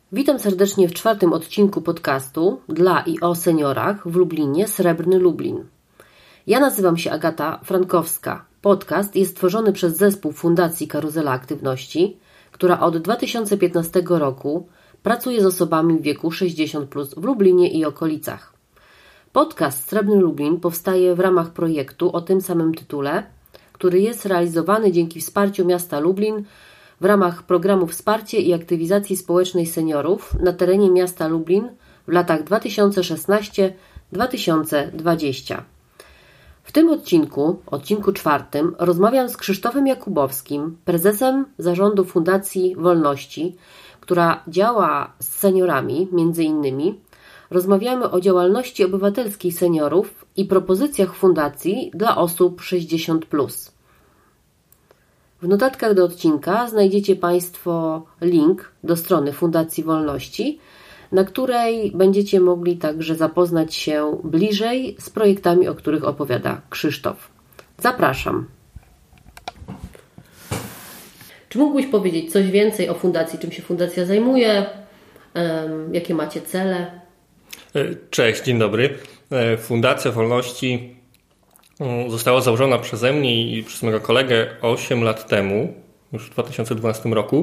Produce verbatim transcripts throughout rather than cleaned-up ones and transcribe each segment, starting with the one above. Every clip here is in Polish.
Witam serdecznie w czwartym odcinku podcastu dla i o seniorach w Lublinie Srebrny Lublin. Ja nazywam się Agata Frankowska. Podcast jest tworzony przez zespół Fundacji Karuzela Aktywności, która od dwa tysiące piętnastego roku pracuje z osobami w wieku sześćdziesiąt plus w Lublinie i okolicach. Podcast Srebrny Lublin powstaje w ramach projektu o tym samym tytule, który jest realizowany dzięki wsparciu miasta Lublin w ramach programu Wsparcie i Aktywizacji Społecznej Seniorów na terenie miasta Lublin w latach dwa tysiące szesnastego do dwa tysiące dwudziestego. W tym odcinku, odcinku czwartym, rozmawiam z Krzysztofem Jakubowskim, prezesem zarządu Fundacji Wolności, która działa z seniorami, między innymi. Rozmawiamy o działalności obywatelskiej seniorów i propozycjach fundacji dla osób sześćdziesiąt plus. W notatkach do odcinka znajdziecie Państwo link do strony Fundacji Wolności, na której będziecie mogli także zapoznać się bliżej z projektami, o których opowiada Krzysztof. Zapraszam. Czy mógłbyś powiedzieć coś więcej o fundacji? Czym się fundacja zajmuje? Jakie macie cele? Cześć, dzień dobry. Fundacja Wolności została założona przeze mnie i przez mojego kolegę osiem lat temu, już w dwa tysiące dwunastym roku.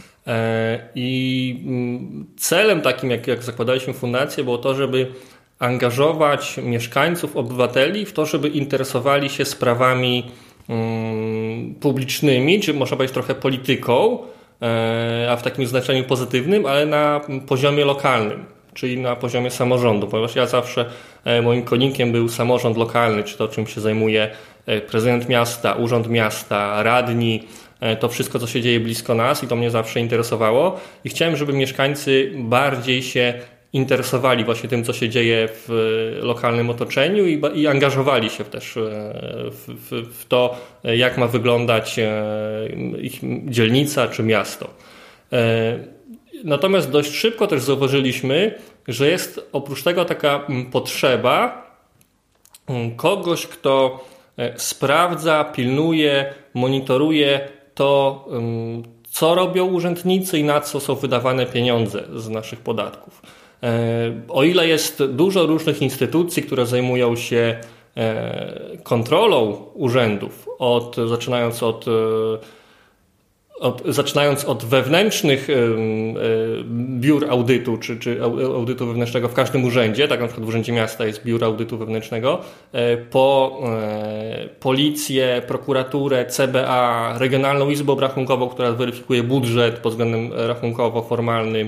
I celem takim, jak, jak zakładaliśmy fundację, było to, żeby angażować mieszkańców, obywateli w to, żeby interesowali się sprawami um, publicznymi, czy można powiedzieć trochę polityką, a w takim znaczeniu pozytywnym, ale na poziomie lokalnym, czyli na poziomie samorządu, ponieważ ja zawsze, moim konikiem był samorząd lokalny, czy to czym się zajmuje prezydent miasta, urząd miasta, radni, to wszystko, co się dzieje blisko nas i to mnie zawsze interesowało i chciałem, żeby mieszkańcy bardziej się interesowali właśnie tym, co się dzieje w lokalnym otoczeniu i, i angażowali się też w, w, w to, jak ma wyglądać ich dzielnica czy miasto. Natomiast dość szybko też zauważyliśmy, że jest oprócz tego taka potrzeba kogoś, kto sprawdza, pilnuje, monitoruje to, co robią urzędnicy i na co są wydawane pieniądze z naszych podatków. O ile jest dużo różnych instytucji, które zajmują się kontrolą urzędów, od, zaczynając od Od, zaczynając od wewnętrznych y, y, biur audytu, czy, czy audytu wewnętrznego w każdym urzędzie, tak na przykład w Urzędzie Miasta jest biuro audytu wewnętrznego, y, po y, policję, prokuraturę, C B A, Regionalną Izbę Obrachunkową, która weryfikuje budżet pod względem rachunkowo-formalnym,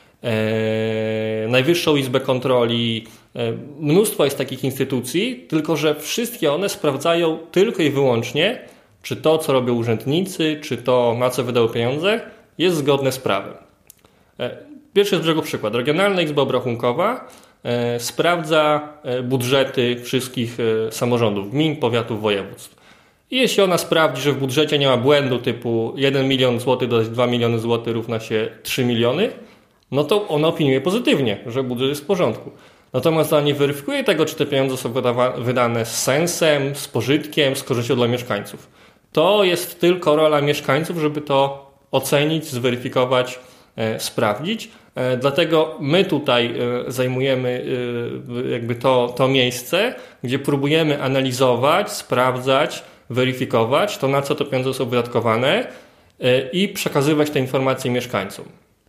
y, Najwyższą Izbę Kontroli. Y, mnóstwo jest takich instytucji, tylko że wszystkie one sprawdzają tylko i wyłącznie, czy to, co robią urzędnicy, czy to, na co wydały pieniądze, jest zgodne z prawem. Pierwszy z brzegu przykład. Regionalna Izba Obrachunkowa e, sprawdza budżety wszystkich samorządów, gmin, powiatów, województw. I jeśli ona sprawdzi, że w budżecie nie ma błędu typu jeden milion złotych dodać dwa miliony złotych równa się trzy miliony, no to ona opiniuje pozytywnie, że budżet jest w porządku. Natomiast ona nie weryfikuje tego, czy te pieniądze są wydawa- wydane z sensem, z pożytkiem, z korzyścią dla mieszkańców. To jest tylko rola mieszkańców, żeby to ocenić, zweryfikować, e, sprawdzić. E, dlatego my tutaj e, zajmujemy e, jakby to, to miejsce, gdzie próbujemy analizować, sprawdzać, weryfikować to, na co te pieniądze są wydatkowane e, i przekazywać te informacje mieszkańcom.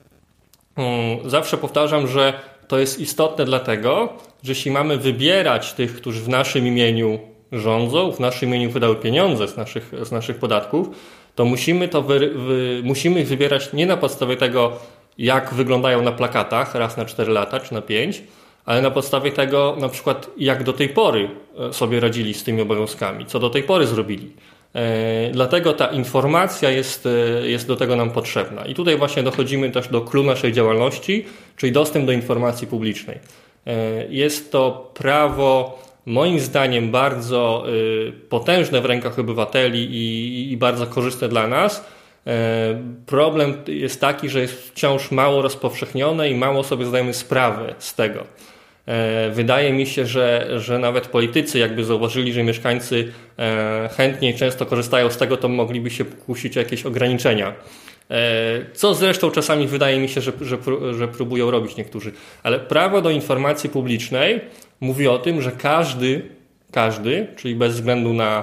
E, zawsze powtarzam, że to jest istotne dlatego, że jeśli mamy wybierać tych, którzy w naszym imieniu rządzą, w naszym imieniu wydały pieniądze z naszych, z naszych podatków, to musimy to wy, wy, musimy ich wybierać nie na podstawie tego, jak wyglądają na plakatach raz na cztery lata czy na pięć, ale na podstawie tego, na przykład jak do tej pory sobie radzili z tymi obowiązkami, co do tej pory zrobili. E, dlatego ta informacja jest, jest do tego nam potrzebna. I tutaj właśnie dochodzimy też do clou naszej działalności, czyli dostęp do informacji publicznej. E, jest to prawo moim zdaniem bardzo y, potężne w rękach obywateli i, i bardzo korzystne dla nas. E, problem jest taki, że jest wciąż mało rozpowszechnione i mało sobie zdajemy sprawę z tego. E, wydaje mi się, że, że nawet politycy jakby zauważyli, że mieszkańcy e, chętniej często korzystają z tego, to mogliby się kusić o jakieś ograniczenia Co zresztą czasami wydaje mi się, że, że, że próbują robić niektórzy. Ale prawo do informacji publicznej mówi o tym, że każdy, każdy, czyli bez względu na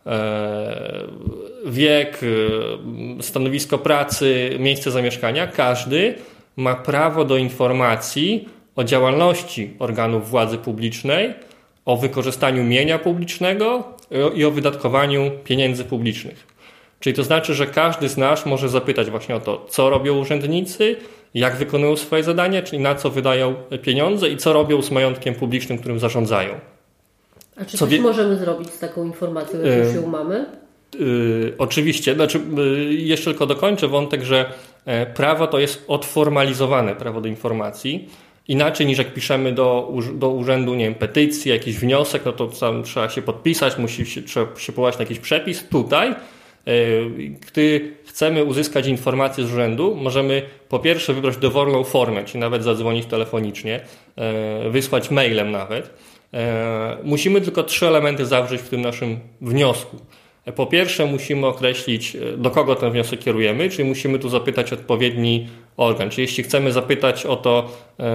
wiek, stanowisko pracy, miejsce zamieszkania, każdy ma prawo do informacji o działalności organów władzy publicznej, o wykorzystaniu mienia publicznego i o wydatkowaniu pieniędzy publicznych. Czyli to znaczy, że każdy z nas może zapytać właśnie o to, co robią urzędnicy, jak wykonują swoje zadania, czyli na co wydają pieniądze i co robią z majątkiem publicznym, którym zarządzają. A czy co coś wie... możemy zrobić z taką informacją, jak już ją mamy? Yy, oczywiście. Znaczy, yy, jeszcze tylko dokończę wątek, że yy, prawo to jest odformalizowane prawo do informacji. Inaczej niż jak piszemy do, do urzędu, nie wiem, petycję, jakiś wniosek, no to tam trzeba się podpisać, musi się, trzeba się powołać na jakiś przepis. Tutaj, yy, gdy chcemy uzyskać informację z urzędu, możemy po pierwsze wybrać dowolną formę, czyli nawet zadzwonić telefonicznie, yy, wysłać mailem nawet. Musimy tylko trzy elementy zawrzeć w tym naszym wniosku. Po pierwsze musimy określić, do kogo ten wniosek kierujemy, czyli musimy tu zapytać odpowiedni organ. Czyli jeśli chcemy zapytać o to,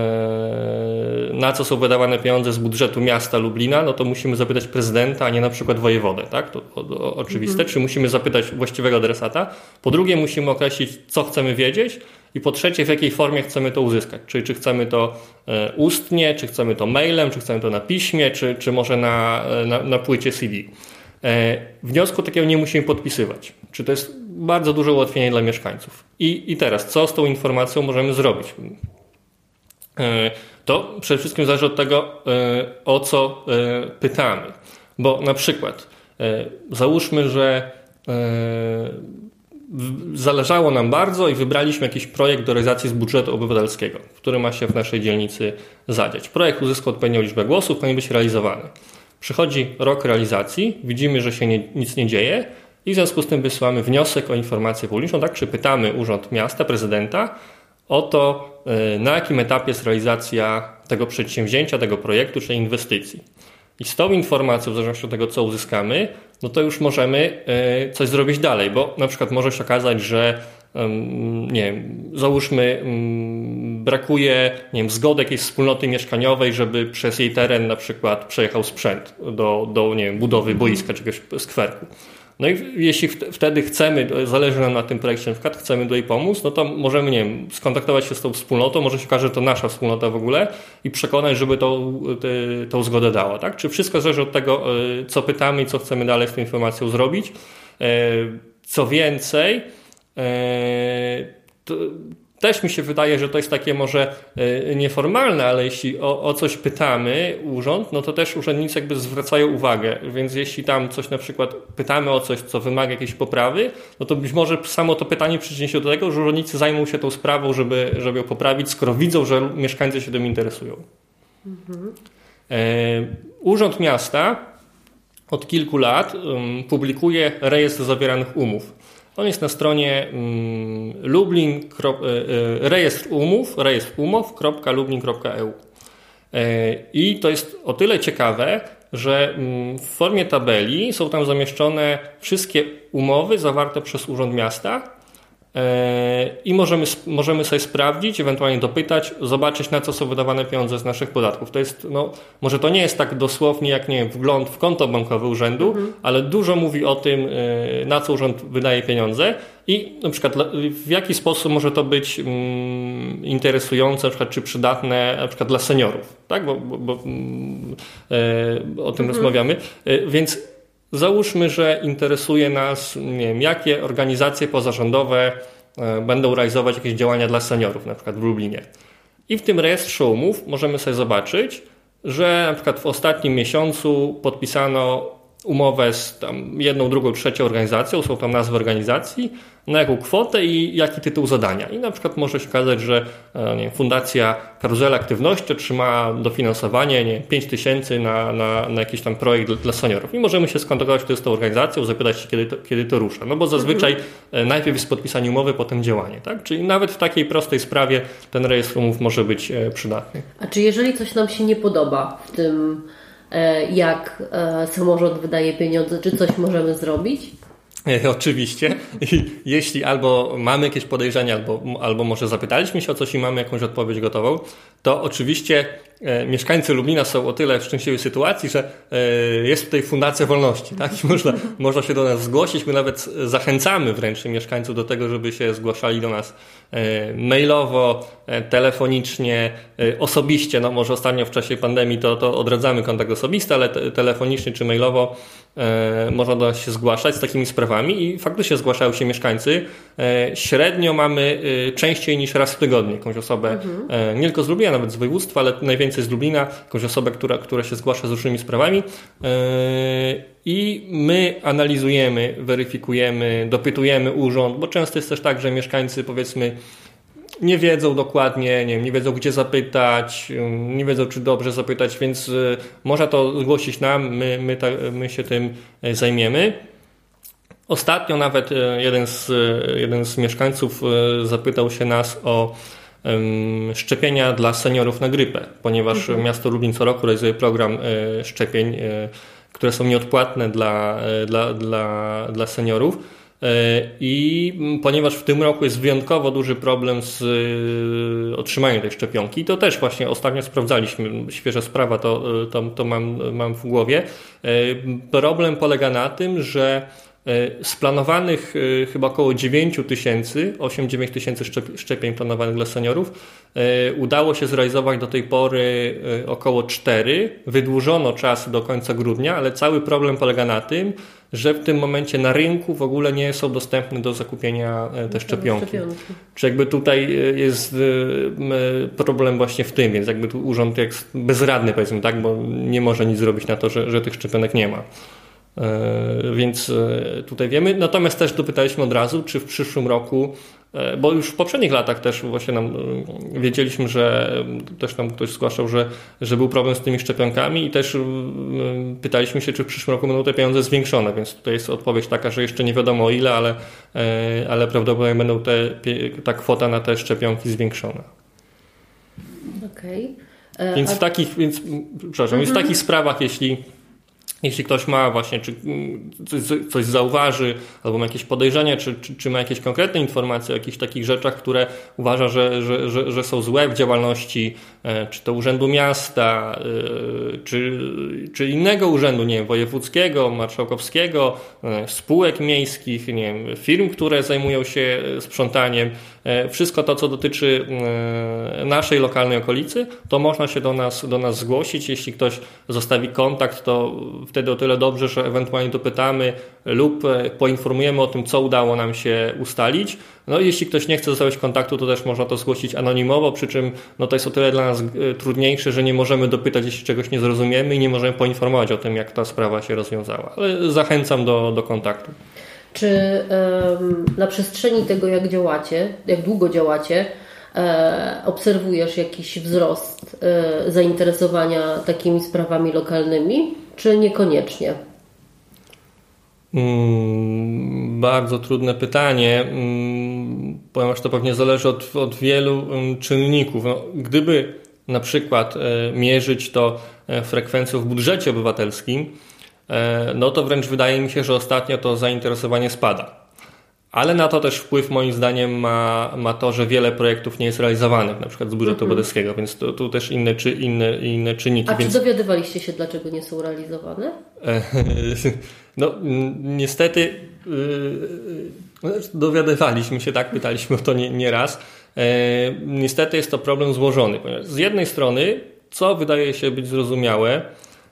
na co są wydawane pieniądze z budżetu miasta Lublina, no to musimy zapytać prezydenta, a nie na przykład wojewodę. Tak? To, to, to oczywiste. Mhm. Czyli musimy zapytać właściwego adresata. Po drugie musimy określić, co chcemy wiedzieć. I po trzecie, w jakiej formie chcemy to uzyskać. Czyli czy chcemy to ustnie, czy chcemy to mailem, czy chcemy to na piśmie, czy, czy może na, na, na płycie C D. Wniosku takiego nie musimy podpisywać. Czy to jest bardzo duże ułatwienie dla mieszkańców. I, i teraz, co z tą informacją możemy zrobić? To przede wszystkim zależy od tego, o co pytamy. Bo na przykład załóżmy, że zależało nam bardzo i wybraliśmy jakiś projekt do realizacji z budżetu obywatelskiego, który ma się w naszej dzielnicy zadziać. Projekt uzyskał odpowiednią liczbę głosów, powinien być realizowany. Przychodzi rok realizacji, widzimy, że się nie, nic nie dzieje i w związku z tym wysyłamy wniosek o informację publiczną, tak? Czy pytamy Urząd Miasta, prezydenta o to, na jakim etapie jest realizacja tego przedsięwzięcia, tego projektu czy inwestycji. I z tą informacją, w zależności od tego, co uzyskamy, no to już możemy coś zrobić dalej, bo na przykład może się okazać, że nie wiem, załóżmy brakuje nie wiem, zgody jakiejś wspólnoty mieszkaniowej, żeby przez jej teren na przykład przejechał sprzęt do, do nie wiem, budowy boiska czy jakiegoś skwerku. No i jeśli wtedy chcemy, zależy nam na tym projekcie, na przykład chcemy do jej pomóc, no to możemy, nie wiem, skontaktować się z tą wspólnotą, może się okaże, że to nasza wspólnota w ogóle i przekonać, żeby tą, tą zgodę dała, tak? Czy wszystko zależy od tego, co pytamy i co chcemy dalej z tą informacją zrobić. Co więcej, to też mi się wydaje, że to jest takie może nieformalne, ale jeśli o, o coś pytamy urząd, no to też urzędnicy jakby zwracają uwagę, więc jeśli tam coś na przykład pytamy o coś, co wymaga jakiejś poprawy, no to być może samo to pytanie przyczyni się do tego, że urzędnicy zajmą się tą sprawą, żeby, żeby ją poprawić, skoro widzą, że mieszkańcy się tym interesują. Mhm. Urząd Miasta od kilku lat um, publikuje rejestr zawieranych umów. On jest na stronie um, Lublin, krop, e, rejestr umów, rejestr umów kropka lublin kropka e u. E, I to jest o tyle ciekawe, że um, w formie tabeli są tam zamieszczone wszystkie umowy zawarte przez Urząd Miasta e, i możemy, możemy sobie sprawdzić, ewentualnie dopytać, zobaczyć, na co są wydawane pieniądze z naszych podatków. To jest, no, może to nie jest tak dosłownie jak, nie wiem, wgląd w konto bankowe urzędu, mhm. ale dużo mówi o tym, na co urząd wydaje pieniądze i na przykład w jaki sposób może to być mm, interesujące, na przykład czy przydatne na przykład dla seniorów, tak? Bo, bo, bo e, o tym mhm. rozmawiamy. E, więc załóżmy, że interesuje nas, nie wiem, jakie organizacje pozarządowe e, będą realizować jakieś działania dla seniorów, na przykład w Lublinie. I w tym rejestrze umów możemy sobie zobaczyć, że na przykład w ostatnim miesiącu podpisano umowę z tam jedną, drugą, trzecią organizacją, są tam nazwy organizacji, na jaką kwotę i jaki tytuł zadania. I na przykład może się okazać, że nie wiem, Fundacja Karuzela Aktywności otrzyma dofinansowanie nie wiem, pięć tysięcy na, na, na jakiś tam projekt dla, dla seniorów. I możemy się skontaktować wtedy z tą organizacją, zapytać się, kiedy to, kiedy to rusza. No bo zazwyczaj mhm. najpierw jest podpisanie umowy, potem działanie. Tak? Czyli nawet w takiej prostej sprawie ten rejestr umów może być przydatny. A czy jeżeli coś nam się nie podoba w tym, jak samorząd wydaje pieniądze, czy coś możemy zrobić? Oczywiście. I jeśli albo mamy jakieś podejrzenia, albo, albo może zapytaliśmy się o coś i mamy jakąś odpowiedź gotową, to oczywiście e, mieszkańcy Lublina są o tyle w szczęśliwej sytuacji, że e, jest tutaj Fundacja Wolności, tak? I można, można się do nas zgłosić. My nawet zachęcamy wręcz mieszkańców do tego, żeby się zgłaszali do nas e, mailowo, e, telefonicznie, e, osobiście. No może ostatnio w czasie pandemii to, to odradzamy kontakt osobisty, ale te, telefonicznie czy mailowo e, można do nas się zgłaszać z takimi sprawami i faktycznie zgłaszają się mieszkańcy. E, średnio mamy e, częściej niż raz w tygodniu jakąś osobę, mhm. e, nie tylko z Lublina, nawet z województwa, ale najwięcej z Lublina, jakąś osobę, która, która się zgłasza z różnymi sprawami. I my analizujemy, weryfikujemy, dopytujemy urząd, bo często jest też tak, że mieszkańcy powiedzmy nie wiedzą dokładnie, nie wiem, nie wiedzą gdzie zapytać, nie wiedzą czy dobrze zapytać, więc można to zgłosić nam, my, my, ta, my się tym zajmiemy. Ostatnio nawet jeden z, jeden z mieszkańców zapytał się nas o szczepienia dla seniorów na grypę, ponieważ mhm. miasto Lublin co roku realizuje program szczepień, które są nieodpłatne dla, dla, dla, dla seniorów. I ponieważ w tym roku jest wyjątkowo duży problem z otrzymaniem tej szczepionki, to też właśnie ostatnio sprawdzaliśmy, świeża sprawa, to, to, to mam, mam w głowie. Problem polega na tym, że z planowanych chyba około dziewięć tysięcy, osiem do dziewięciu tysięcy szczepień planowanych dla seniorów, udało się zrealizować do tej pory około cztery. Wydłużono czas do końca grudnia, ale cały problem polega na tym, że w tym momencie na rynku w ogóle nie są dostępne do zakupienia te szczepionki. szczepionki. Czy jakby tutaj jest problem właśnie w tym, więc jakby tu urząd jest bezradny powiedzmy, tak, bo nie może nic zrobić na to, że, że tych szczepionek nie ma. Więc tutaj wiemy. Natomiast też dopytaliśmy od razu, czy w przyszłym roku, bo już w poprzednich latach też właśnie nam wiedzieliśmy, że też nam ktoś zgłaszał, że, że był problem z tymi szczepionkami i też pytaliśmy się, czy w przyszłym roku będą te pieniądze zwiększone, więc tutaj jest odpowiedź taka, że jeszcze nie wiadomo o ile, ale, ale prawdopodobnie będą te, ta kwota na te szczepionki zwiększona. Okej. Okay. Więc w takich, więc, przepraszam, mhm. więc w takich sprawach, jeśli Jeśli ktoś ma właśnie, czy coś zauważy, albo ma jakieś podejrzenia, czy, czy, czy ma jakieś konkretne informacje o jakichś takich rzeczach, które uważa, że, że, że, że są złe w działalności, czy to Urzędu Miasta, czy, czy innego urzędu, nie wiem, wojewódzkiego, marszałkowskiego, spółek miejskich, nie wiem, firm, które zajmują się sprzątaniem, wszystko to, co dotyczy naszej lokalnej okolicy, to można się do nas, do nas zgłosić. Jeśli ktoś zostawi kontakt, to wtedy o tyle dobrze, że ewentualnie dopytamy lub poinformujemy o tym, co udało nam się ustalić. No i jeśli ktoś nie chce zostawić kontaktu, to też można to zgłosić anonimowo, przy czym no to jest o tyle dla nas trudniejsze, że nie możemy dopytać, jeśli czegoś nie zrozumiemy i nie możemy poinformować o tym, jak ta sprawa się rozwiązała. Ale zachęcam do, do kontaktu. Czy um, na przestrzeni tego, jak działacie, jak długo działacie, e, obserwujesz jakiś wzrost e, zainteresowania takimi sprawami lokalnymi, czy niekoniecznie? Hmm, bardzo trudne pytanie, hmm, ponieważ to pewnie zależy od, od wielu hmm, czynników. No, gdyby na przykład e, mierzyć to e, frekwencją w budżecie obywatelskim, no to wręcz wydaje mi się, że ostatnio to zainteresowanie spada. Ale na to też wpływ moim zdaniem ma, ma to, że wiele projektów nie jest realizowanych, na przykład z budżetu mhm. obywatelskiego, więc tu, tu też inne, czy, inne, inne czynniki. A więc... czy dowiadywaliście się, dlaczego nie są realizowane? No niestety dowiadywaliśmy się, tak, pytaliśmy o to nie, nie raz. Niestety jest to problem złożony, ponieważ z jednej strony, co wydaje się być zrozumiałe,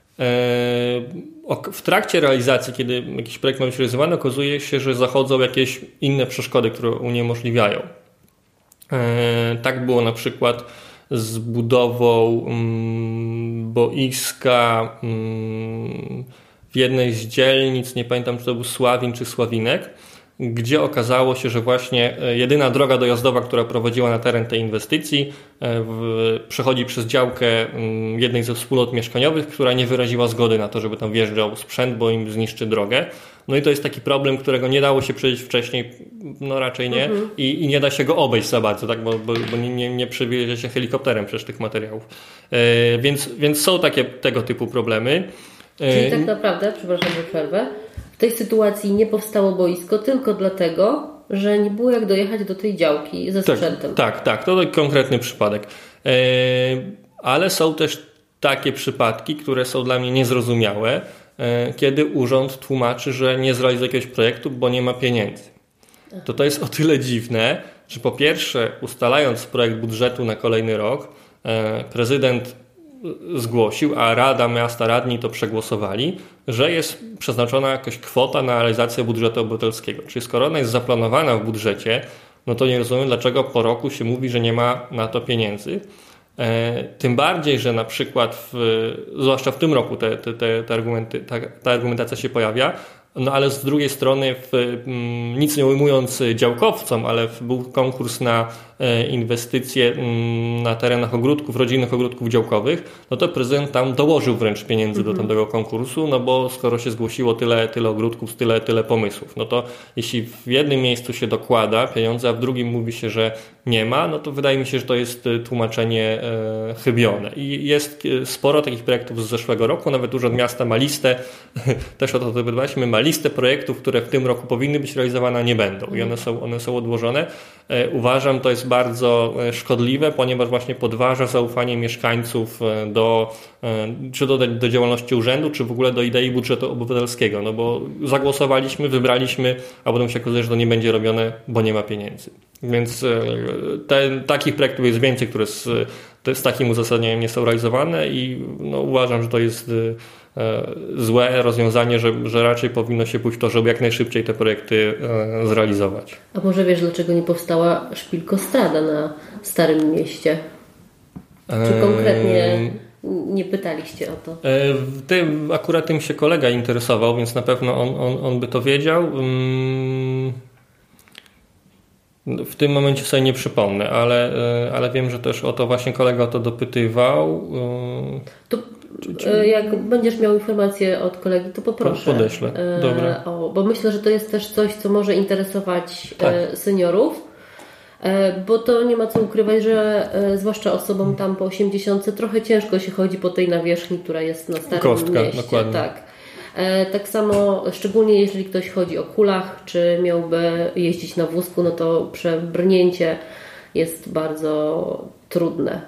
w trakcie realizacji, kiedy jakiś projekt ma być realizowany, okazuje się, że zachodzą jakieś inne przeszkody, które uniemożliwiają. Tak było na przykład z budową boiska w jednej z dzielnic, nie pamiętam, czy to był Sławin czy Sławinek, gdzie okazało się, że właśnie jedyna droga dojazdowa, która prowadziła na teren tej inwestycji, w, przechodzi przez działkę jednej ze wspólnot mieszkaniowych, która nie wyraziła zgody na to, żeby tam wjeżdżał sprzęt, bo im zniszczy drogę. No i to jest taki problem, którego nie dało się przejść wcześniej, no raczej nie, mhm. I, i nie da się go obejść za bardzo, tak? bo, bo, bo nie, nie przewiezie się helikopterem przecież tych materiałów. E, więc, więc są takie tego typu problemy. Czyli tak naprawdę, przepraszam, że przerwę, tej sytuacji nie powstało boisko tylko dlatego, że nie było jak dojechać do tej działki ze sprzętem. Tak, tak, tak. To taki konkretny przypadek. Yy, ale są też takie przypadki, które są dla mnie niezrozumiałe, yy, kiedy urząd tłumaczy, że nie zrealizuje jakiegoś projektu, bo nie ma pieniędzy. To to jest o tyle dziwne, że po pierwsze, ustalając projekt budżetu na kolejny rok, yy, prezydent zgłosił, a Rada Miasta, radni to przegłosowali, że jest przeznaczona jakaś kwota na realizację budżetu obywatelskiego. Czyli skoro ona jest zaplanowana w budżecie, no to nie rozumiem, dlaczego po roku się mówi, że nie ma na to pieniędzy. E, tym bardziej, że na przykład, w, zwłaszcza w tym roku te, te, te, te argumenty, ta, ta argumentacja się pojawia, no ale z drugiej strony, w, m, nic nie ujmując działkowcom, ale w, był konkurs na e, inwestycje m, na terenach ogródków, rodzinnych ogródków działkowych, no to prezydent tam dołożył wręcz pieniędzy mhm. do tego konkursu, no bo skoro się zgłosiło tyle, tyle ogródków, tyle, tyle pomysłów, no to jeśli w jednym miejscu się dokłada pieniądze, a w drugim mówi się, że nie ma, no to wydaje mi się, że to jest tłumaczenie e, chybione. I jest sporo takich projektów z zeszłego roku, nawet Urząd Miasta ma listę, też o to zapytaliśmy, ma listę projektów, które w tym roku powinny być realizowane, a nie będą. I one są, one są odłożone. E, uważam, to jest bardzo szkodliwe, ponieważ właśnie podważa zaufanie mieszkańców do, e, czy do, do działalności urzędu, czy w ogóle do idei budżetu obywatelskiego. No bo zagłosowaliśmy, wybraliśmy, a potem się okazuje, że to nie będzie robione, bo nie ma pieniędzy. Więc te, takich projektów jest więcej, które z, z takim uzasadnieniem nie są realizowane i no, uważam, że to jest e, złe rozwiązanie, że, że raczej powinno się pójść w to, żeby jak najszybciej te projekty e, zrealizować. A może wiesz, dlaczego nie powstała szpilkostrada na Starym Mieście? Czy konkretnie nie pytaliście o to? E, tym, akurat tym się kolega interesował, więc na pewno on, on, on by to wiedział. Hmm. W tym momencie sobie nie przypomnę, ale, ale wiem, że też o to właśnie kolega o to dopytywał. To czy, czy... Jak będziesz miał informację od kolegi, to poproszę. Podeślę. Dobra. O, bo myślę, że to jest też coś, co może interesować tak. seniorów, bo to nie ma co ukrywać, że zwłaszcza osobom tam po osiemdziesiątce trochę ciężko się chodzi po tej nawierzchni, która jest na Starym Kostka, Mieście. Dokładnie. Tak. Tak samo, szczególnie jeżeli ktoś chodzi o kulach, czy miałby jeździć na wózku, no to przebrnięcie jest bardzo trudne.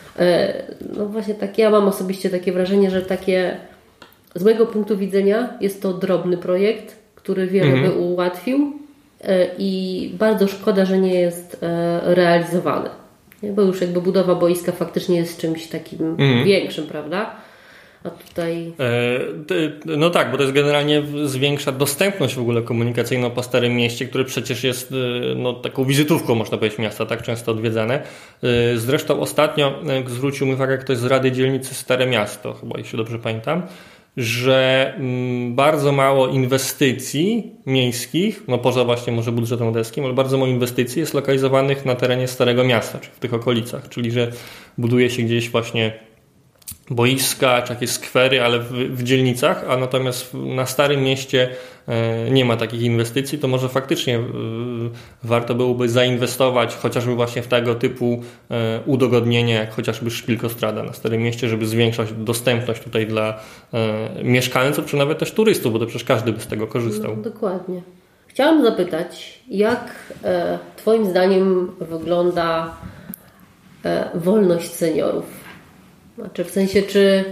No właśnie tak, ja mam osobiście takie wrażenie, że takie z mojego punktu widzenia jest to drobny projekt, który wiele mhm. by ułatwił i bardzo szkoda, że nie jest realizowany. Bo już jakby budowa boiska faktycznie jest czymś takim mhm. większym, prawda? A tutaj... No tak, bo to jest generalnie zwiększa dostępność w ogóle komunikacyjną po Starym Mieście, które przecież jest no, taką wizytówką, można powiedzieć, miasta, tak często odwiedzane. Zresztą ostatnio zwrócił mi uwagę ktoś z Rady Dzielnicy Stare Miasto, chyba jeśli dobrze pamiętam, że bardzo mało inwestycji miejskich, no poza właśnie może budżetem odeskim, ale bardzo mało inwestycji jest lokalizowanych na terenie Starego Miasta, czy w tych okolicach, czyli że buduje się gdzieś właśnie boiska, czy jakieś skwery, ale w, w dzielnicach, a natomiast na Starym Mieście e, nie ma takich inwestycji, to może faktycznie e, warto byłoby zainwestować chociażby właśnie w tego typu e, udogodnienia, jak chociażby szpilkostrada na Starym Mieście, żeby zwiększać dostępność tutaj dla e, mieszkańców, czy nawet też turystów, bo to przecież każdy by z tego korzystał. No, dokładnie. Chciałam zapytać, jak e, Twoim zdaniem wygląda e, wolność seniorów? Znaczy w sensie, czy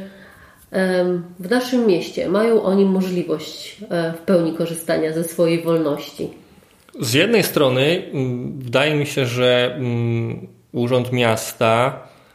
w naszym mieście mają oni możliwość w pełni korzystania ze swojej wolności? Z jednej strony wydaje mi się, że Urząd Miasta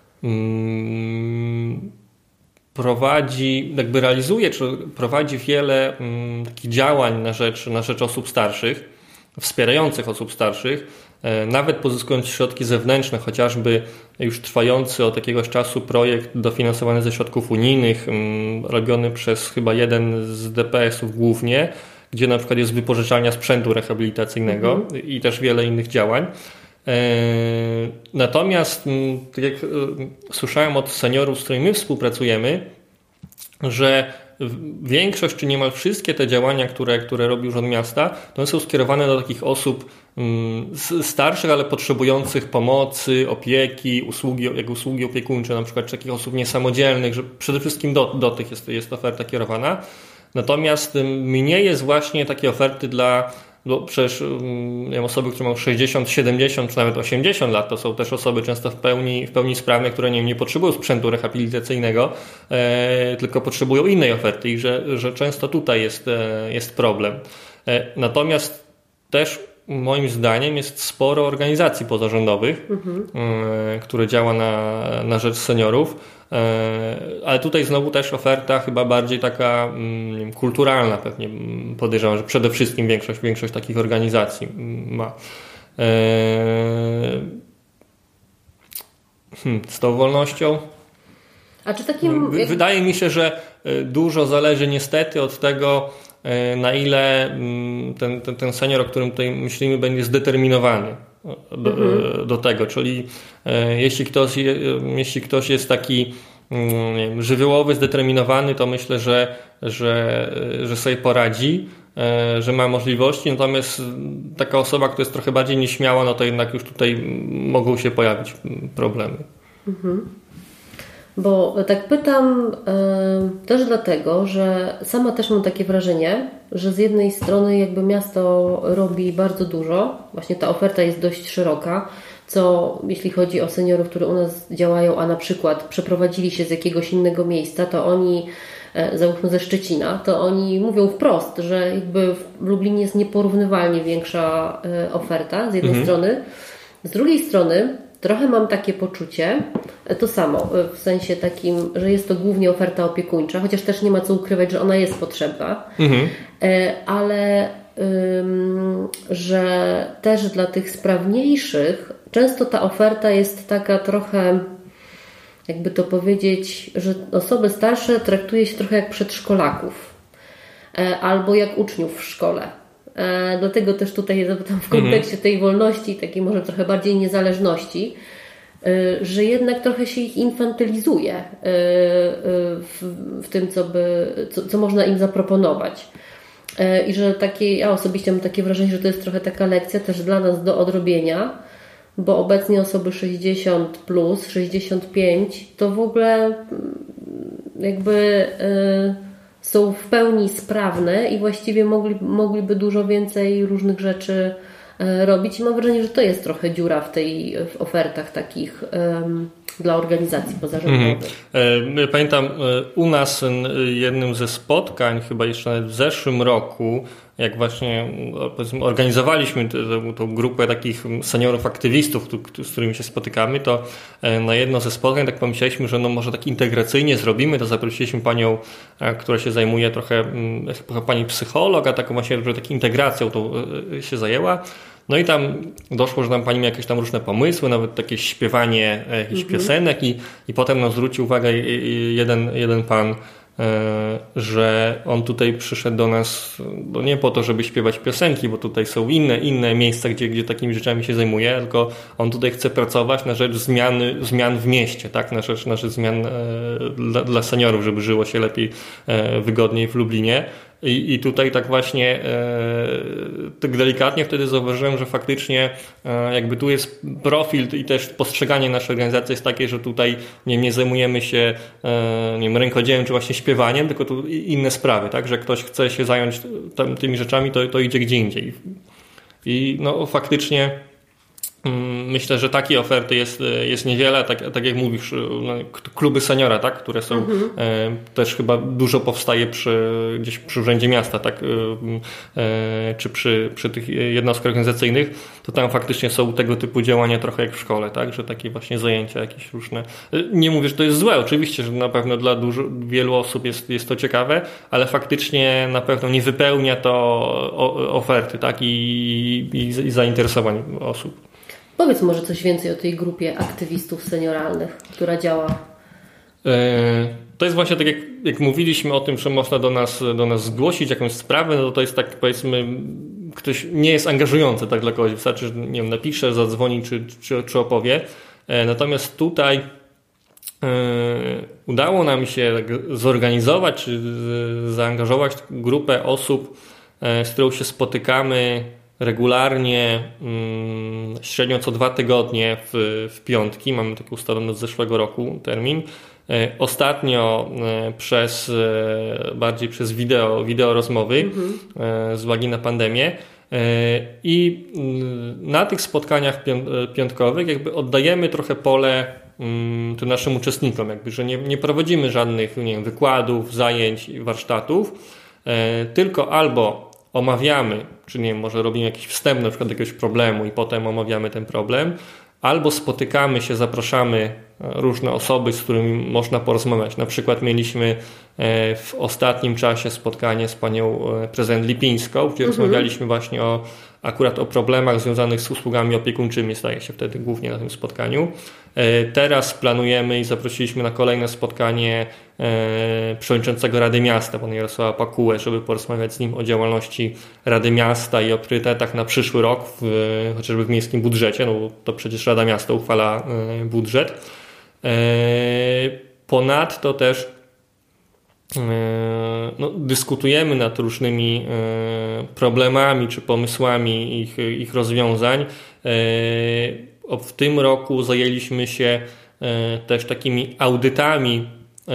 prowadzi, jakby realizuje, czy prowadzi wiele takich działań na rzecz, na rzecz osób starszych, wspierających osób starszych, nawet pozyskując środki zewnętrzne, chociażby już trwający od jakiegoś czasu projekt dofinansowany ze środków unijnych, robiony przez chyba jeden z D P S-ów głównie, gdzie na przykład jest wypożyczalnia sprzętu rehabilitacyjnego mhm. i też wiele innych działań. Natomiast, tak jak słyszałem od seniorów, z którymi my współpracujemy, że większość, czy niemal wszystkie te działania, które, które robi Urząd Miasta, to one są skierowane do takich osób mm, starszych, ale potrzebujących pomocy, opieki, usługi, jak usługi opiekuńcze, na przykład takich osób niesamodzielnych, że przede wszystkim do, do tych jest, jest oferta kierowana. Natomiast mniej jest właśnie takiej oferty dla, no przecież nie wiem, osoby, które mają sześćdziesiąt, siedemdziesiąt czy nawet osiemdziesiąt lat, to są też osoby często w pełni, w pełni sprawne, które nie, nie potrzebują sprzętu rehabilitacyjnego, e, tylko potrzebują innej oferty i że, że często tutaj jest, e, jest problem. E, natomiast też moim zdaniem jest sporo organizacji pozarządowych, mhm. e, które działa na, na rzecz seniorów, e, ale tutaj znowu też oferta chyba bardziej taka mm, kulturalna pewnie, podejrzewam, że przede wszystkim większość, większość takich organizacji ma. E, hmm, z tą wolnością A czy takim... wydaje mi się, że dużo zależy niestety od tego, na ile ten, ten, ten senior, o którym tutaj myślimy, będzie zdeterminowany do, mhm. do tego. Czyli jeśli ktoś, jeśli ktoś jest taki nie wiem, żywiołowy, zdeterminowany, to myślę, że, że, że sobie poradzi, że ma możliwości, natomiast taka osoba, która jest trochę bardziej nieśmiała, no to jednak już tutaj mogą się pojawić problemy. Mhm. Bo tak pytam y, też dlatego, że sama też mam takie wrażenie, że z jednej strony jakby miasto robi bardzo dużo, właśnie ta oferta jest dość szeroka, co jeśli chodzi o seniorów, które u nas działają, a na przykład przeprowadzili się z jakiegoś innego miejsca, to oni, y, załóżmy ze Szczecina, to oni mówią wprost, że jakby w Lublinie jest nieporównywalnie większa y, oferta z jednej mhm. strony, z drugiej strony trochę mam takie poczucie, to samo, w sensie takim, że jest to głównie oferta opiekuńcza, chociaż też nie ma co ukrywać, że ona jest potrzebna, mhm. ale ym, że też dla tych sprawniejszych często ta oferta jest taka trochę, jakby to powiedzieć, że osoby starsze traktuje się trochę jak przedszkolaków albo jak uczniów w szkole. E, dlatego też tutaj zapytam w kontekście tej wolności, takiej może trochę bardziej niezależności, e, że jednak trochę się ich infantylizuje e, e, w, w tym, co, by, co, co można im zaproponować. E, I że takie, ja osobiście mam takie wrażenie, że to jest trochę taka lekcja też dla nas do odrobienia, bo obecnie osoby sześćdziesiąt plus, sześćdziesiąt pięć to w ogóle jakby... E, są w pełni sprawne i właściwie mogli, mogliby dużo więcej różnych rzeczy e, robić i mam wrażenie, że to jest trochę dziura w tej w ofertach takich um, dla organizacji pozarządowych. Mhm. Pamiętam u nas jednym ze spotkań, chyba jeszcze nawet w zeszłym roku, jak właśnie powiedzmy, organizowaliśmy tę, tę grupę takich seniorów, aktywistów, z którymi się spotykamy, to na jedno ze spotkań tak pomyśleliśmy, że no może tak integracyjnie zrobimy, to zaprosiliśmy panią, która się zajmuje trochę, pani psycholog, a taką właśnie, że tak integracją to się zajęła. No i tam doszło, że tam pani miała jakieś tam różne pomysły, nawet takie śpiewanie jakichś mhm. piosenek i, i potem nam zwrócił uwagę jeden, jeden pan, że on tutaj przyszedł do nas no nie po to, żeby śpiewać piosenki, bo tutaj są inne, inne miejsca, gdzie, gdzie takimi rzeczami się zajmuje, tylko on tutaj chce pracować na rzecz zmiany, zmian w mieście, tak? na rzecz, na rzecz zmian e, dla, dla seniorów, żeby żyło się lepiej, e, wygodniej w Lublinie. I, I tutaj tak właśnie e, tak delikatnie wtedy zauważyłem, że faktycznie e, jakby tu jest profil i też postrzeganie naszej organizacji jest takie, że tutaj nie, nie zajmujemy się e, nie wiem, rękodziełem czy właśnie śpiewaniem, tylko tu inne sprawy, tak, że ktoś chce się zająć tam, tymi rzeczami, to, to idzie gdzie indziej. I no faktycznie myślę, że takiej oferty jest, jest niewiele, tak, tak jak mówisz, kluby seniora, tak, które są mhm. e, też chyba dużo powstaje przy, gdzieś przy urzędzie miasta, tak, e, czy przy, przy tych jednostkach organizacyjnych, to tam faktycznie są tego typu działania trochę jak w szkole, tak, że takie właśnie zajęcia jakieś różne. Nie mówię, że to jest złe, oczywiście, że na pewno dla dużo, wielu osób jest, jest to ciekawe, ale faktycznie na pewno nie wypełnia to oferty, tak, i, i, i zainteresowań osób. Powiedz może coś więcej o tej grupie aktywistów senioralnych, która działa. To jest właśnie tak, jak, jak mówiliśmy o tym, że można do nas, do nas zgłosić jakąś sprawę, no to to jest tak, powiedzmy, ktoś nie jest angażujący tak dla kogoś, wystarczy, że nie wiem, napisze, zadzwoni czy, czy, czy opowie. Natomiast tutaj udało nam się zorganizować, czy zaangażować grupę osób, z którą się spotykamy regularnie, średnio co dwa tygodnie w, w piątki, mamy taki ustalony od zeszłego roku termin. Ostatnio przez bardziej przez wideo, wideo rozmowy mhm. z uwagi na pandemię. I na tych spotkaniach piątkowych jakby oddajemy trochę pole tym naszym uczestnikom, jakby, że nie, nie prowadzimy żadnych, nie wiem, wykładów, zajęć, warsztatów, tylko albo omawiamy, czy nie wiem, może robimy jakiś wstęp na przykład do jakiegoś problemu i potem omawiamy ten problem, albo spotykamy się, zapraszamy różne osoby, z którymi można porozmawiać. Na przykład mieliśmy w ostatnim czasie spotkanie z panią prezydent Lipińską, gdzie mhm. rozmawialiśmy właśnie o, akurat o problemach związanych z usługami opiekuńczymi, staje się wtedy głównie na tym spotkaniu. Teraz planujemy i zaprosiliśmy na kolejne spotkanie przewodniczącego Rady Miasta, pana Jarosława Pakułę, żeby porozmawiać z nim o działalności Rady Miasta i o priorytetach na przyszły rok, w, chociażby w miejskim budżecie, no bo to przecież Rada Miasta uchwala budżet. Ponadto też no, dyskutujemy nad różnymi problemami czy pomysłami ich, ich rozwiązań. W tym roku zajęliśmy się też takimi audytami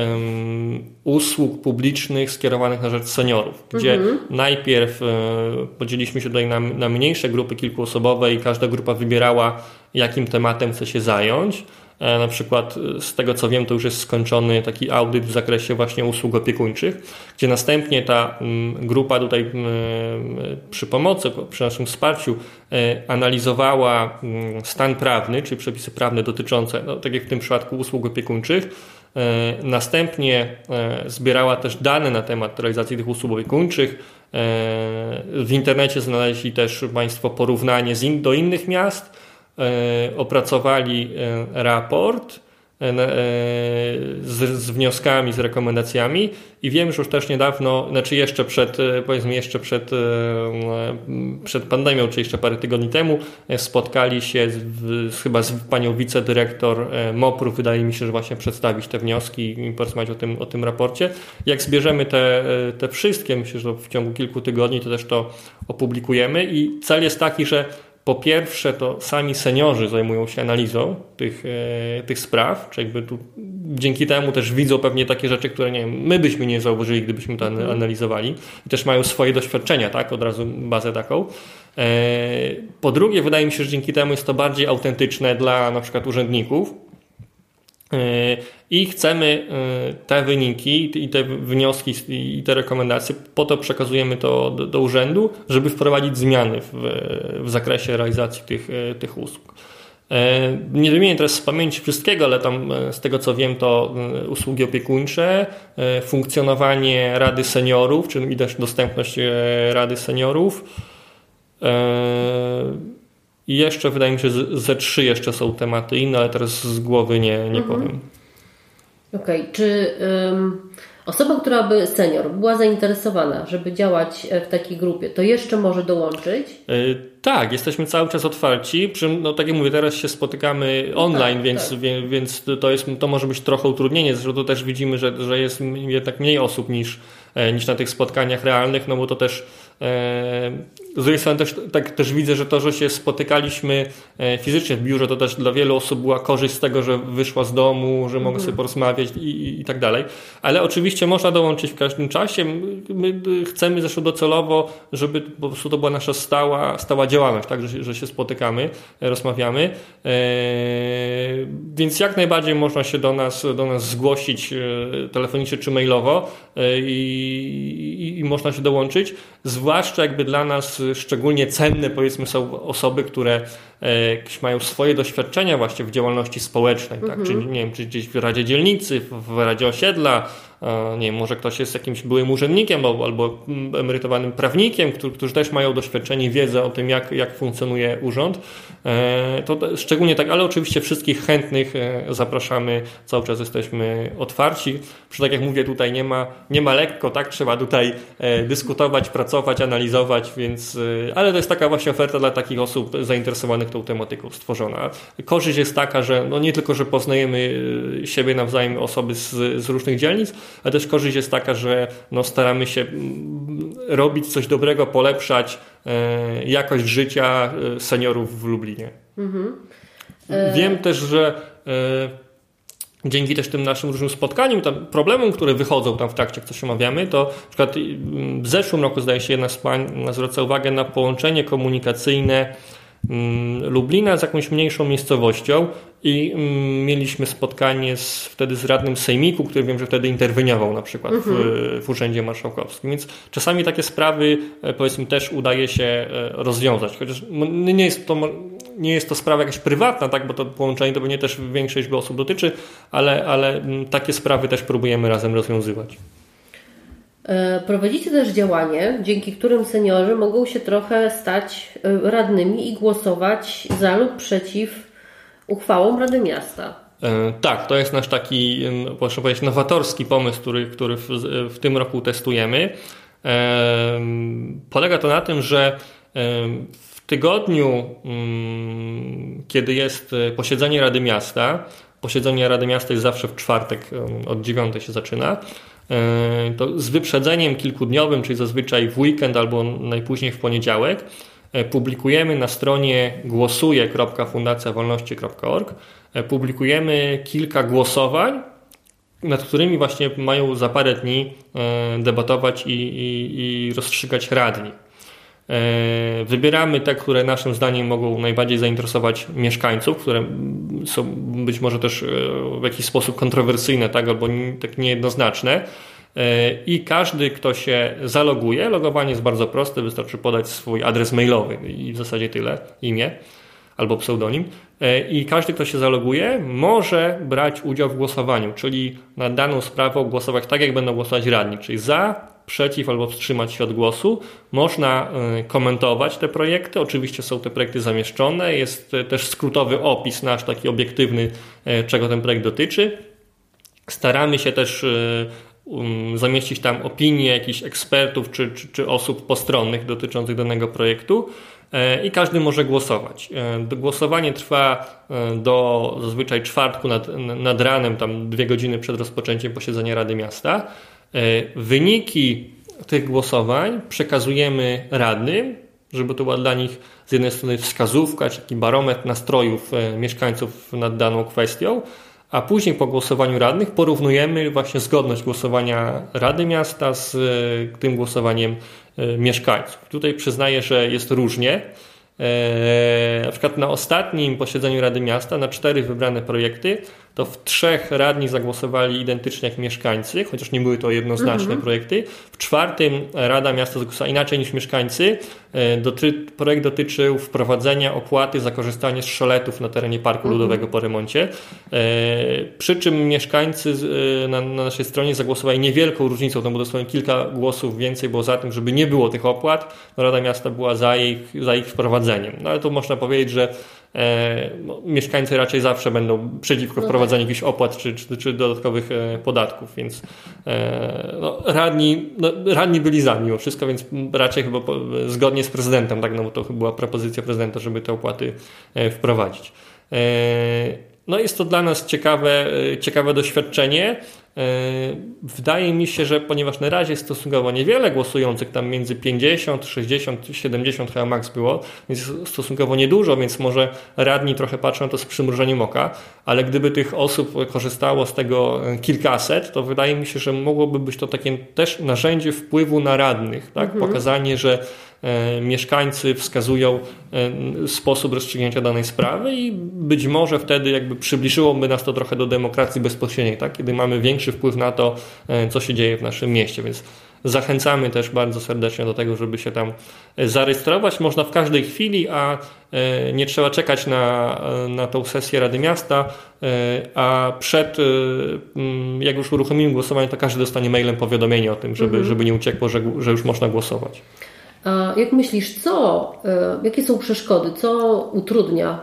usług publicznych skierowanych na rzecz seniorów, gdzie mhm. najpierw podzieliliśmy się tutaj na, na mniejsze grupy kilkuosobowe i każda grupa wybierała, jakim tematem chce się zająć. Na przykład z tego co wiem, to już jest skończony taki audyt w zakresie właśnie usług opiekuńczych, gdzie następnie ta grupa tutaj przy pomocy, przy naszym wsparciu analizowała stan prawny, czyli przepisy prawne dotyczące, no, tak jak w tym przypadku usług opiekuńczych. Następnie zbierała też dane na temat realizacji tych usług opiekuńczych. W internecie znaleźli też Państwo porównanie z in, do innych miast. Opracowali raport z, z wnioskami, z rekomendacjami i wiem, że już też niedawno, znaczy jeszcze przed, powiedzmy jeszcze przed, przed pandemią, czy jeszcze parę tygodni temu spotkali się z, chyba z panią wicedyrektor MOPR-u, wydaje mi się, że właśnie przedstawić te wnioski i porozmawiać o tym, o tym raporcie. Jak zbierzemy te, te wszystkie, myślę, że w ciągu kilku tygodni to też to opublikujemy i cel jest taki, że po pierwsze, to sami seniorzy zajmują się analizą tych, e, tych spraw, czy jakby tu dzięki temu też widzą pewnie takie rzeczy, które nie wiem, my byśmy nie zauważyli, gdybyśmy to analizowali i też mają swoje doświadczenia, tak, od razu bazę taką. E, po drugie, wydaje mi się, że dzięki temu jest to bardziej autentyczne dla na przykład urzędników. I chcemy te wyniki i te wnioski i te rekomendacje, po to przekazujemy to do, do urzędu, żeby wprowadzić zmiany w, w zakresie realizacji tych, tych usług. Nie wymienię teraz z pamięci wszystkiego, ale tam z tego co wiem to usługi opiekuńcze, funkcjonowanie Rady Seniorów, czyli też dostępność Rady Seniorów. I jeszcze wydaje mi się, że ze trzy jeszcze są tematy inne, ale teraz z głowy nie, nie mhm. powiem. Okej, okay. Czy um, osoba, która by senior była zainteresowana, żeby działać w takiej grupie, to jeszcze może dołączyć? Yy, tak, jesteśmy cały czas otwarci. Przy, no, tak jak mówię, teraz się spotykamy online, tak, więc, tak. Wie, więc to, jest, to może być trochę utrudnienie. Zresztą to też widzimy, że, że jest jednak mniej osób niż, niż na tych spotkaniach realnych, no bo to też z drugiej strony też, tak, też widzę, że to, że się spotykaliśmy fizycznie w biurze, to też dla wielu osób była korzyść z tego, że wyszła z domu, że mogą sobie porozmawiać i, i, i tak dalej. Ale oczywiście można dołączyć w każdym czasie. My chcemy zresztą docelowo, żeby po prostu to była nasza stała, stała działalność, tak, że, że się spotykamy, rozmawiamy. Eee, więc jak najbardziej można się do nas, do nas zgłosić telefonicznie czy mailowo i, i, i można się dołączyć. Zwłaszcza jakby dla nas szczególnie cenne, powiedzmy, są osoby, które e, mają swoje doświadczenia właśnie w działalności społecznej, mm-hmm. tak? Czy nie wiem, czy gdzieś w Radzie Dzielnicy, w, w Radzie Osiedla, e, nie wiem, może ktoś jest jakimś byłym urzędnikiem albo, albo emerytowanym prawnikiem, którzy, którzy też mają doświadczenie, wiedzę o tym, jak, jak funkcjonuje urząd. E, to szczególnie tak, ale oczywiście wszystkich chętnych e, zapraszamy, cały czas jesteśmy otwarci. Przy tak jak mówię, tutaj nie ma, nie ma lekko, tak? Trzeba tutaj e, dyskutować, pracować, analizować, więc, e, ale to jest taka właśnie oferta dla takich osób zainteresowanych tą tematyką stworzona. Korzyść jest taka, że no nie tylko, że poznajemy siebie nawzajem, osoby z, z różnych dzielnic, ale też korzyść jest taka, że no staramy się robić coś dobrego, polepszać jakość życia seniorów w Lublinie. Mhm. Wiem też, że dzięki też tym naszym różnym spotkaniom, tam problemom, które wychodzą tam w trakcie, jak coś omawiamy, to na przykład w zeszłym roku, zdaje się, jedna z pań zwraca uwagę na połączenie komunikacyjne Lublina z jakąś mniejszą miejscowością i mieliśmy spotkanie z, wtedy z radnym sejmiku, który wiem, że wtedy interweniował na przykład mhm. w, w Urzędzie Marszałkowskim. Więc czasami takie sprawy, powiedzmy, też udaje się rozwiązać. Chociaż nie jest to, nie jest to sprawa jakaś prywatna, tak, bo to połączenie to pewnie też większość osób dotyczy, ale, ale takie sprawy też próbujemy razem rozwiązywać. Prowadzicie też działanie, dzięki którym seniorzy mogą się trochę stać radnymi i głosować za lub przeciw uchwałom Rady Miasta. E, tak, to jest nasz taki, proszę powiedzieć, nowatorski pomysł, który, który w, w tym roku testujemy. E, polega to na tym, że w tygodniu, kiedy jest posiedzenie Rady Miasta, posiedzenie Rady Miasta jest zawsze w czwartek, od dziewiątej się zaczyna, to z wyprzedzeniem kilkudniowym, czyli zazwyczaj w weekend albo najpóźniej w poniedziałek, publikujemy na stronie głosuje kropka fundacja wolności kropka org publikujemy kilka głosowań, nad którymi właśnie mają za parę dni debatować i, i, i rozstrzygać radni. Wybieramy te, które naszym zdaniem mogą najbardziej zainteresować mieszkańców, które są być może też w jakiś sposób kontrowersyjne, tak, albo tak niejednoznaczne. I każdy, kto się zaloguje, logowanie jest bardzo proste, wystarczy podać swój adres mailowy i w zasadzie tyle, imię albo pseudonim. I każdy, kto się zaloguje, może brać udział w głosowaniu, czyli nad daną sprawą głosować tak, jak będą głosować radni, czyli za, przeciw albo wstrzymać się od głosu. Można komentować te projekty, oczywiście są te projekty zamieszczone, jest też skrótowy opis nasz, taki obiektywny, czego ten projekt dotyczy. Staramy się też zamieścić tam opinie jakichś ekspertów czy, czy, czy osób postronnych dotyczących danego projektu i każdy może głosować. Głosowanie trwa do zazwyczaj czwartku nad, nad ranem, tam dwie godziny przed rozpoczęciem posiedzenia Rady Miasta. Wyniki tych głosowań przekazujemy radnym, żeby to była dla nich z jednej strony wskazówka, czy taki barometr nastrojów mieszkańców nad daną kwestią, a później po głosowaniu radnych porównujemy właśnie zgodność głosowania Rady Miasta z tym głosowaniem mieszkańców. Tutaj przyznaję, że jest różnie. Na przykład na ostatnim posiedzeniu Rady Miasta na cztery wybrane projekty to w trzech radni zagłosowali identycznie jak mieszkańcy, chociaż nie były to jednoznaczne mhm. projekty. W czwartym Rada Miasta zagłosowała inaczej niż mieszkańcy. Doty- projekt dotyczył wprowadzenia opłaty za korzystanie z szoletów na terenie Parku mhm. Ludowego po remoncie. Przy czym mieszkańcy na, na naszej stronie zagłosowali niewielką różnicą, to było dosłownie kilka głosów więcej było za tym, żeby nie było tych opłat. Rada Miasta była za ich, za ich wprowadzeniem. No ale tu można powiedzieć, że E, no, mieszkańcy raczej zawsze będą przeciwko wprowadzaniu jakichś opłat czy, czy, czy dodatkowych e, podatków, więc e, no, radni, no, radni byli za mimo wszystko, więc raczej chyba po, zgodnie z prezydentem, tak, no bo to była propozycja prezydenta, żeby te opłaty e, wprowadzić. E, no jest to dla nas ciekawe, ciekawe doświadczenie. Wydaje mi się, że ponieważ na razie jest stosunkowo niewiele głosujących, tam między pięćdziesiąt, sześćdziesiąt, siedemdziesiąt chyba maks było, więc stosunkowo niedużo, więc może radni trochę patrzą na to z przymrużeniem oka, ale gdyby tych osób korzystało z tego kilkaset, to wydaje mi się, że mogłoby być to takie też narzędzie wpływu na radnych, tak? Mhm. Pokazanie, że e, mieszkańcy wskazują e, sposób rozstrzygnięcia danej sprawy i być może wtedy jakby przybliżyłoby nas to trochę do demokracji bezpośredniej, tak? Kiedy mamy większy wpływ na to, co się dzieje w naszym mieście, więc zachęcamy też bardzo serdecznie do tego, żeby się tam zarejestrować. Można w każdej chwili, a nie trzeba czekać na, na tą sesję Rady Miasta, a przed, jak już uruchomimy głosowanie, to każdy dostanie mailem powiadomienie o tym, żeby, mhm. żeby nie uciekło, że, że już można głosować. A jak myślisz, co, jakie są przeszkody, co utrudnia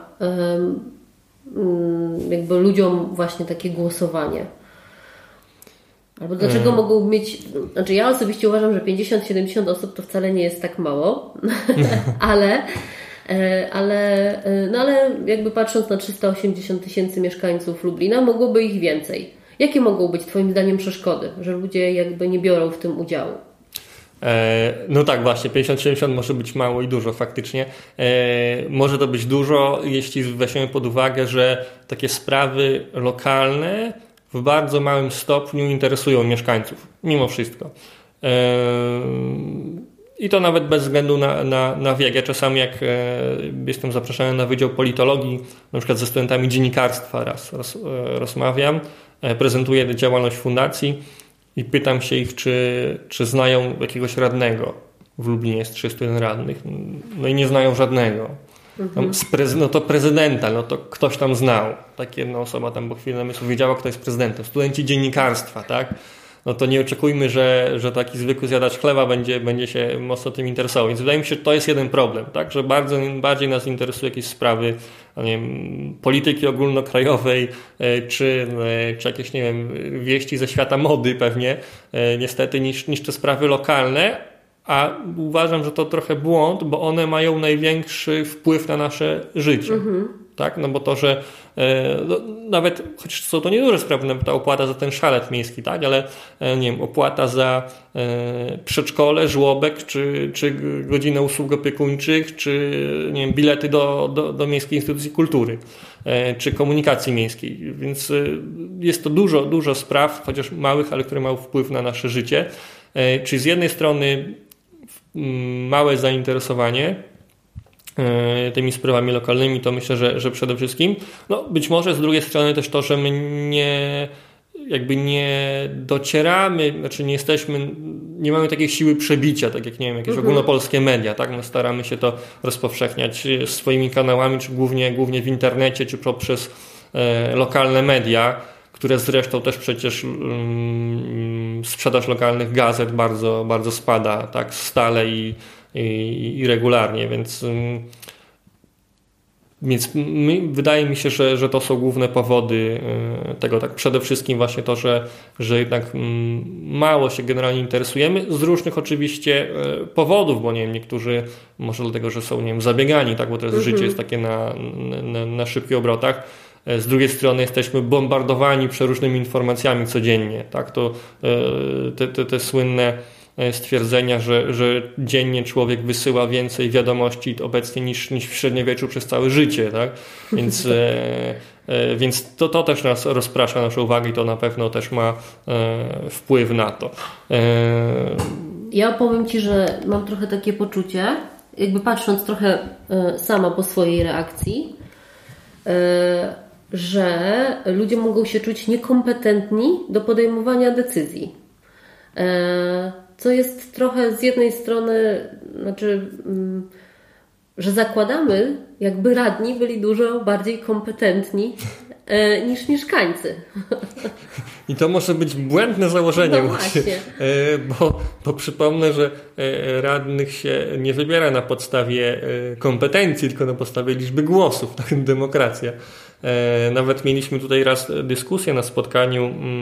jakby ludziom właśnie takie głosowanie? Albo dlaczego hmm. mogą mieć... Znaczy ja osobiście uważam, że pięćdziesiąt siedemdziesiąt osób to wcale nie jest tak mało, ale, ale, no ale jakby patrząc na trzysta osiemdziesiąt tysięcy mieszkańców Lublina, mogłoby ich więcej. Jakie mogą być Twoim zdaniem przeszkody, że ludzie jakby nie biorą w tym udziału? No tak, właśnie, pięćdziesiąt siedemdziesiąt może być mało i dużo faktycznie. Może to być dużo, jeśli weźmiemy pod uwagę, że takie sprawy lokalne w bardzo małym stopniu interesują mieszkańców, mimo wszystko. I to nawet bez względu na, na, na wiek. Ja czasami jak jestem zapraszany na Wydział Politologii, na przykład ze studentami dziennikarstwa raz roz, rozmawiam, prezentuję działalność fundacji i pytam się ich, czy, czy znają jakiegoś radnego. W Lublinie jest trzystu jeden radnych. No i nie znają żadnego. Mhm. Z prez, no to prezydenta, no to ktoś tam znał. Tak jedna osoba tam po chwili namysłu wiedziała, kto jest prezydentem. Studenci dziennikarstwa, tak? No to nie oczekujmy, że, że taki zwykły zjadacz chleba będzie, będzie się mocno tym interesował. Więc wydaje mi się, że to jest jeden problem, tak? Że bardzo, bardziej nas interesują jakieś sprawy, nie wiem, polityki ogólnokrajowej, czy, czy jakieś, nie wiem, wieści ze świata mody pewnie, niestety, niż, niż te sprawy lokalne. A uważam, że to trochę błąd, bo one mają największy wpływ na nasze życie. Mhm. Tak? No bo to, że e, no, nawet, chociaż są to nieduże sprawy, nawet ta opłata za ten szalet miejski, tak? Ale e, nie wiem, opłata za e, przedszkole, żłobek, czy, czy godzinę usług opiekuńczych, czy nie wiem, bilety do, do, do Miejskiej Instytucji Kultury, e, czy komunikacji miejskiej. Więc e, jest to dużo, dużo spraw, chociaż małych, ale które mają wpływ na nasze życie. E, czyli z jednej strony małe zainteresowanie tymi sprawami lokalnymi, to myślę, że, że przede wszystkim. No być może z drugiej strony też to, że my nie jakby nie docieramy, znaczy nie jesteśmy, nie mamy takiej siły przebicia, tak jak nie wiem, jakieś mhm. ogólnopolskie media, tak? No staramy się to rozpowszechniać swoimi kanałami, czy głównie, głównie w internecie, czy poprzez e, lokalne media, które zresztą też przecież um, sprzedaż lokalnych gazet bardzo, bardzo spada, tak, stale i, i, i regularnie, więc, um, więc my, wydaje mi się, że, że to są główne powody y, tego, tak, przede wszystkim właśnie to, że, że jednak um, mało się generalnie interesujemy, z różnych oczywiście y, powodów, bo nie wiem, niektórzy może dlatego, że są, nie wiem, zabiegani, tak, bo teraz mhm. życie jest takie na, na, na szybkich obrotach. Z drugiej strony jesteśmy bombardowani przeróżnymi informacjami codziennie. Tak? To te, te, te słynne stwierdzenia, że, że dziennie człowiek wysyła więcej wiadomości obecnie niż, niż w średniowieczu przez całe życie. Tak? Więc, e, więc to, to też nas rozprasza naszą uwagę i to na pewno też ma e, wpływ na to. E... Ja powiem Ci, że mam trochę takie poczucie, jakby patrząc trochę e, sama po swojej reakcji, e, że ludzie mogą się czuć niekompetentni do podejmowania decyzji. Co jest trochę z jednej strony, znaczy, że zakładamy, jakby radni byli dużo bardziej kompetentni niż mieszkańcy. I to może być błędne założenie, no właśnie. Bo, bo przypomnę, że radnych się nie wybiera na podstawie kompetencji, tylko na podstawie liczby głosów. Tak, demokracja. Nawet mieliśmy tutaj raz dyskusję na spotkaniu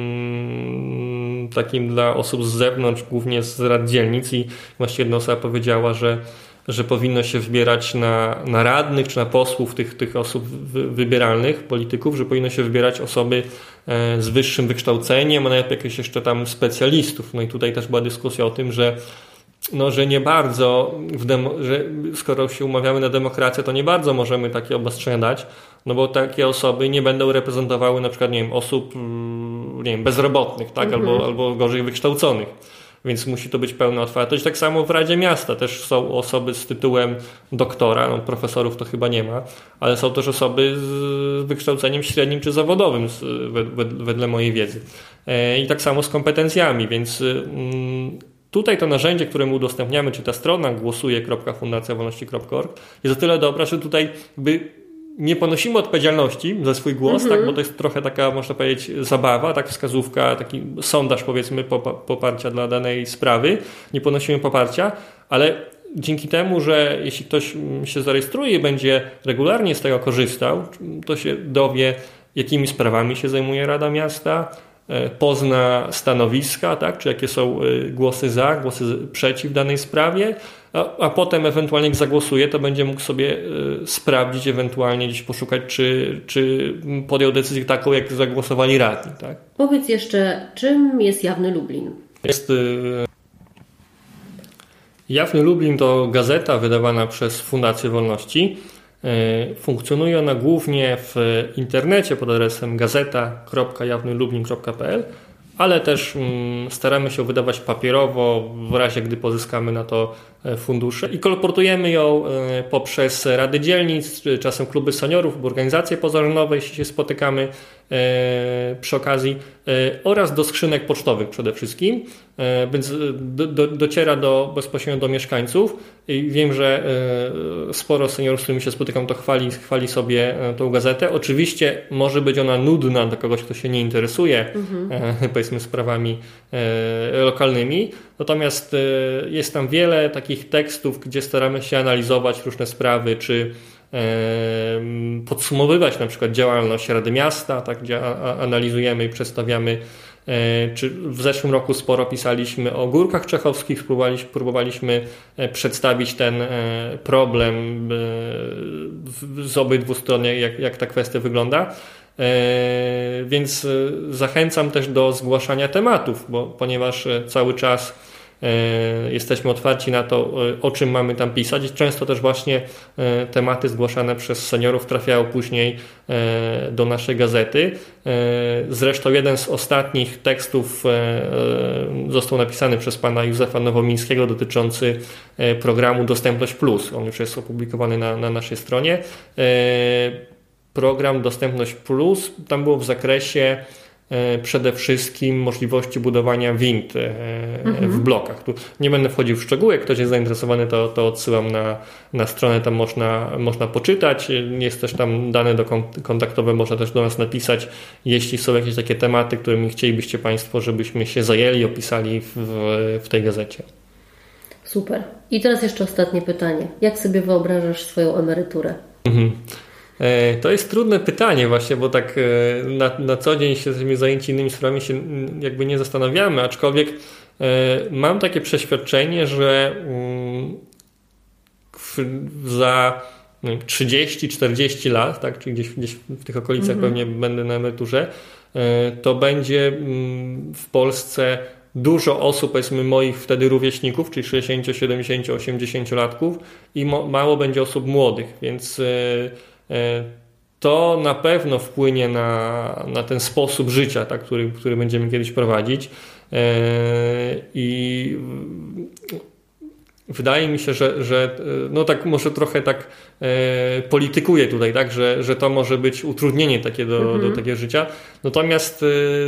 mm, takim dla osób z zewnątrz, głównie z rad dzielnic, i właśnie jedna osoba powiedziała, że, że powinno się wybierać na, na radnych czy na posłów tych, tych osób wy, wybieralnych, polityków, że powinno się wybierać osoby e, z wyższym wykształceniem, a nawet jakieś jeszcze tam specjalistów. No i tutaj też była dyskusja o tym, że no, że nie bardzo, w demo, że skoro się umawiamy na demokrację, to nie bardzo możemy takie obostrzenia dać, no bo takie osoby nie będą reprezentowały na przykład, nie wiem, osób, nie wiem, bezrobotnych, tak, mhm. albo, albo gorzej wykształconych. Więc musi to być pełna otwartość. Tak samo w Radzie Miasta też są osoby z tytułem doktora, no profesorów to chyba nie ma, ale są też osoby z wykształceniem średnim czy zawodowym, wedle mojej wiedzy. I tak samo z kompetencjami, więc tutaj to narzędzie, które my udostępniamy, czy ta strona głosuje kropka fundacja wolności kropka org, jest o tyle dobra, że tutaj jakby nie ponosimy odpowiedzialności za swój głos, mhm. tak, bo to jest trochę taka, można powiedzieć, zabawa, tak, wskazówka, taki sondaż, powiedzmy, poparcia dla danej sprawy. Nie ponosimy poparcia, ale dzięki temu, że jeśli ktoś się zarejestruje i będzie regularnie z tego korzystał, to się dowie, jakimi sprawami się zajmuje Rada Miasta, pozna stanowiska, tak, czy jakie są głosy za, głosy przeciw danej sprawie, a, a potem ewentualnie jak zagłosuje, to będzie mógł sobie y, sprawdzić, ewentualnie gdzieś poszukać, czy, czy podjął decyzję taką, jak zagłosowali radni. Tak? Powiedz jeszcze, czym jest Jawny Lublin? Jest y, Jawny Lublin to gazeta wydawana przez Fundację Wolności. Funkcjonuje ona głównie w internecie pod adresem gazeta kropka jawny lublin kropka p l, ale też staramy się wydawać papierowo w razie, gdy pozyskamy na to fundusze i kolportujemy ją poprzez rady dzielnic, czy czasem kluby seniorów, organizacje pozarządowe, jeśli się spotykamy przy okazji, oraz do skrzynek pocztowych przede wszystkim, więc do, do, dociera do, bezpośrednio do mieszkańców i wiem, że sporo seniorów, z którymi się spotykam, to chwali, chwali sobie tą gazetę. Oczywiście może być ona nudna dla kogoś, kto się nie interesuje mhm. powiedzmy sprawami lokalnymi, natomiast jest tam wiele takich tekstów, gdzie staramy się analizować różne sprawy, czy podsumowywać na przykład działalność Rady Miasta, tak, gdzie analizujemy i przedstawiamy, czy w zeszłym roku sporo pisaliśmy o Górkach Czechowskich, próbowaliśmy, próbowaliśmy przedstawić ten problem z obydwu stron, jak, jak ta kwestia wygląda. Więc zachęcam też do zgłaszania tematów, bo ponieważ cały czas jesteśmy otwarci na to, o czym mamy tam pisać i często też właśnie tematy zgłaszane przez seniorów trafiają później do naszej gazety. Zresztą jeden z ostatnich tekstów został napisany przez pana Józefa Nowomińskiego dotyczący programu Dostępność Plus. On już jest opublikowany na, na naszej stronie. Program Dostępność Plus, tam było w zakresie przede wszystkim możliwości budowania wind mhm. w blokach. Tu nie będę wchodził w szczegóły, jak ktoś jest zainteresowany, to, to odsyłam na, na stronę, tam można, można poczytać. Jest też tam dane do kontaktowe, można też do nas napisać, jeśli są jakieś takie tematy, którymi chcielibyście Państwo, żebyśmy się zajęli, opisali w, w tej gazecie. Super. I teraz jeszcze ostatnie pytanie. Jak sobie wyobrażasz swoją emeryturę? Mhm. To jest trudne pytanie właśnie, bo tak na, na co dzień się jesteśmy zajęci innymi sprawami, się jakby nie zastanawiamy, aczkolwiek mam takie przeświadczenie, że za trzydzieści czterdzieści lat, tak, czyli gdzieś, gdzieś w tych okolicach mhm. pewnie będę na emeryturze, to będzie w Polsce dużo osób, powiedzmy moich wtedy rówieśników, czyli sześćdziesięcio, siedemdziesięcio, osiemdziesięciolatków i mo- mało będzie osób młodych, więc to na pewno wpłynie na, na ten sposób życia, tak, który, który będziemy kiedyś prowadzić. I wydaje mi się, że, że no tak może trochę tak politykuję tutaj, tak, że, że to może być utrudnienie takie do, mhm. do takiego życia. Natomiast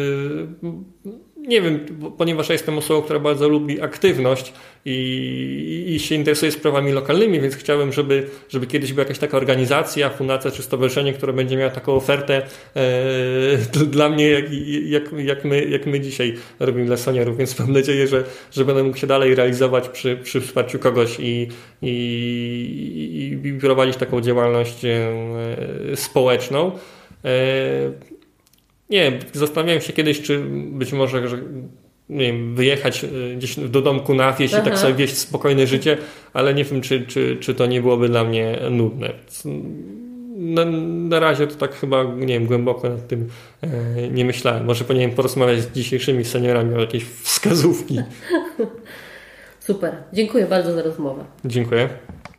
nie wiem, ponieważ ja jestem osobą, która bardzo lubi aktywność i, i się interesuje sprawami lokalnymi, więc chciałem, żeby, żeby kiedyś była jakaś taka organizacja, fundacja czy stowarzyszenie, które będzie miała taką ofertę e, dla mnie, jak, jak, jak, my, jak my dzisiaj robimy dla seniorów, więc mam nadzieję, że, że będę mógł się dalej realizować przy, przy wsparciu kogoś i, i, i prowadzić taką działalność e, społeczną. E, Nie wiem, zastanawiałem się kiedyś, czy być może, że nie wiem, wyjechać gdzieś do domku na wieś Aha. i tak sobie wieść spokojne życie, ale nie wiem, czy, czy, czy to nie byłoby dla mnie nudne. Na, na razie to tak chyba, nie wiem, głęboko nad tym e, nie myślałem. Może powinienem porozmawiać z dzisiejszymi seniorami o jakieś wskazówki. Super. Dziękuję bardzo za rozmowę. Dziękuję.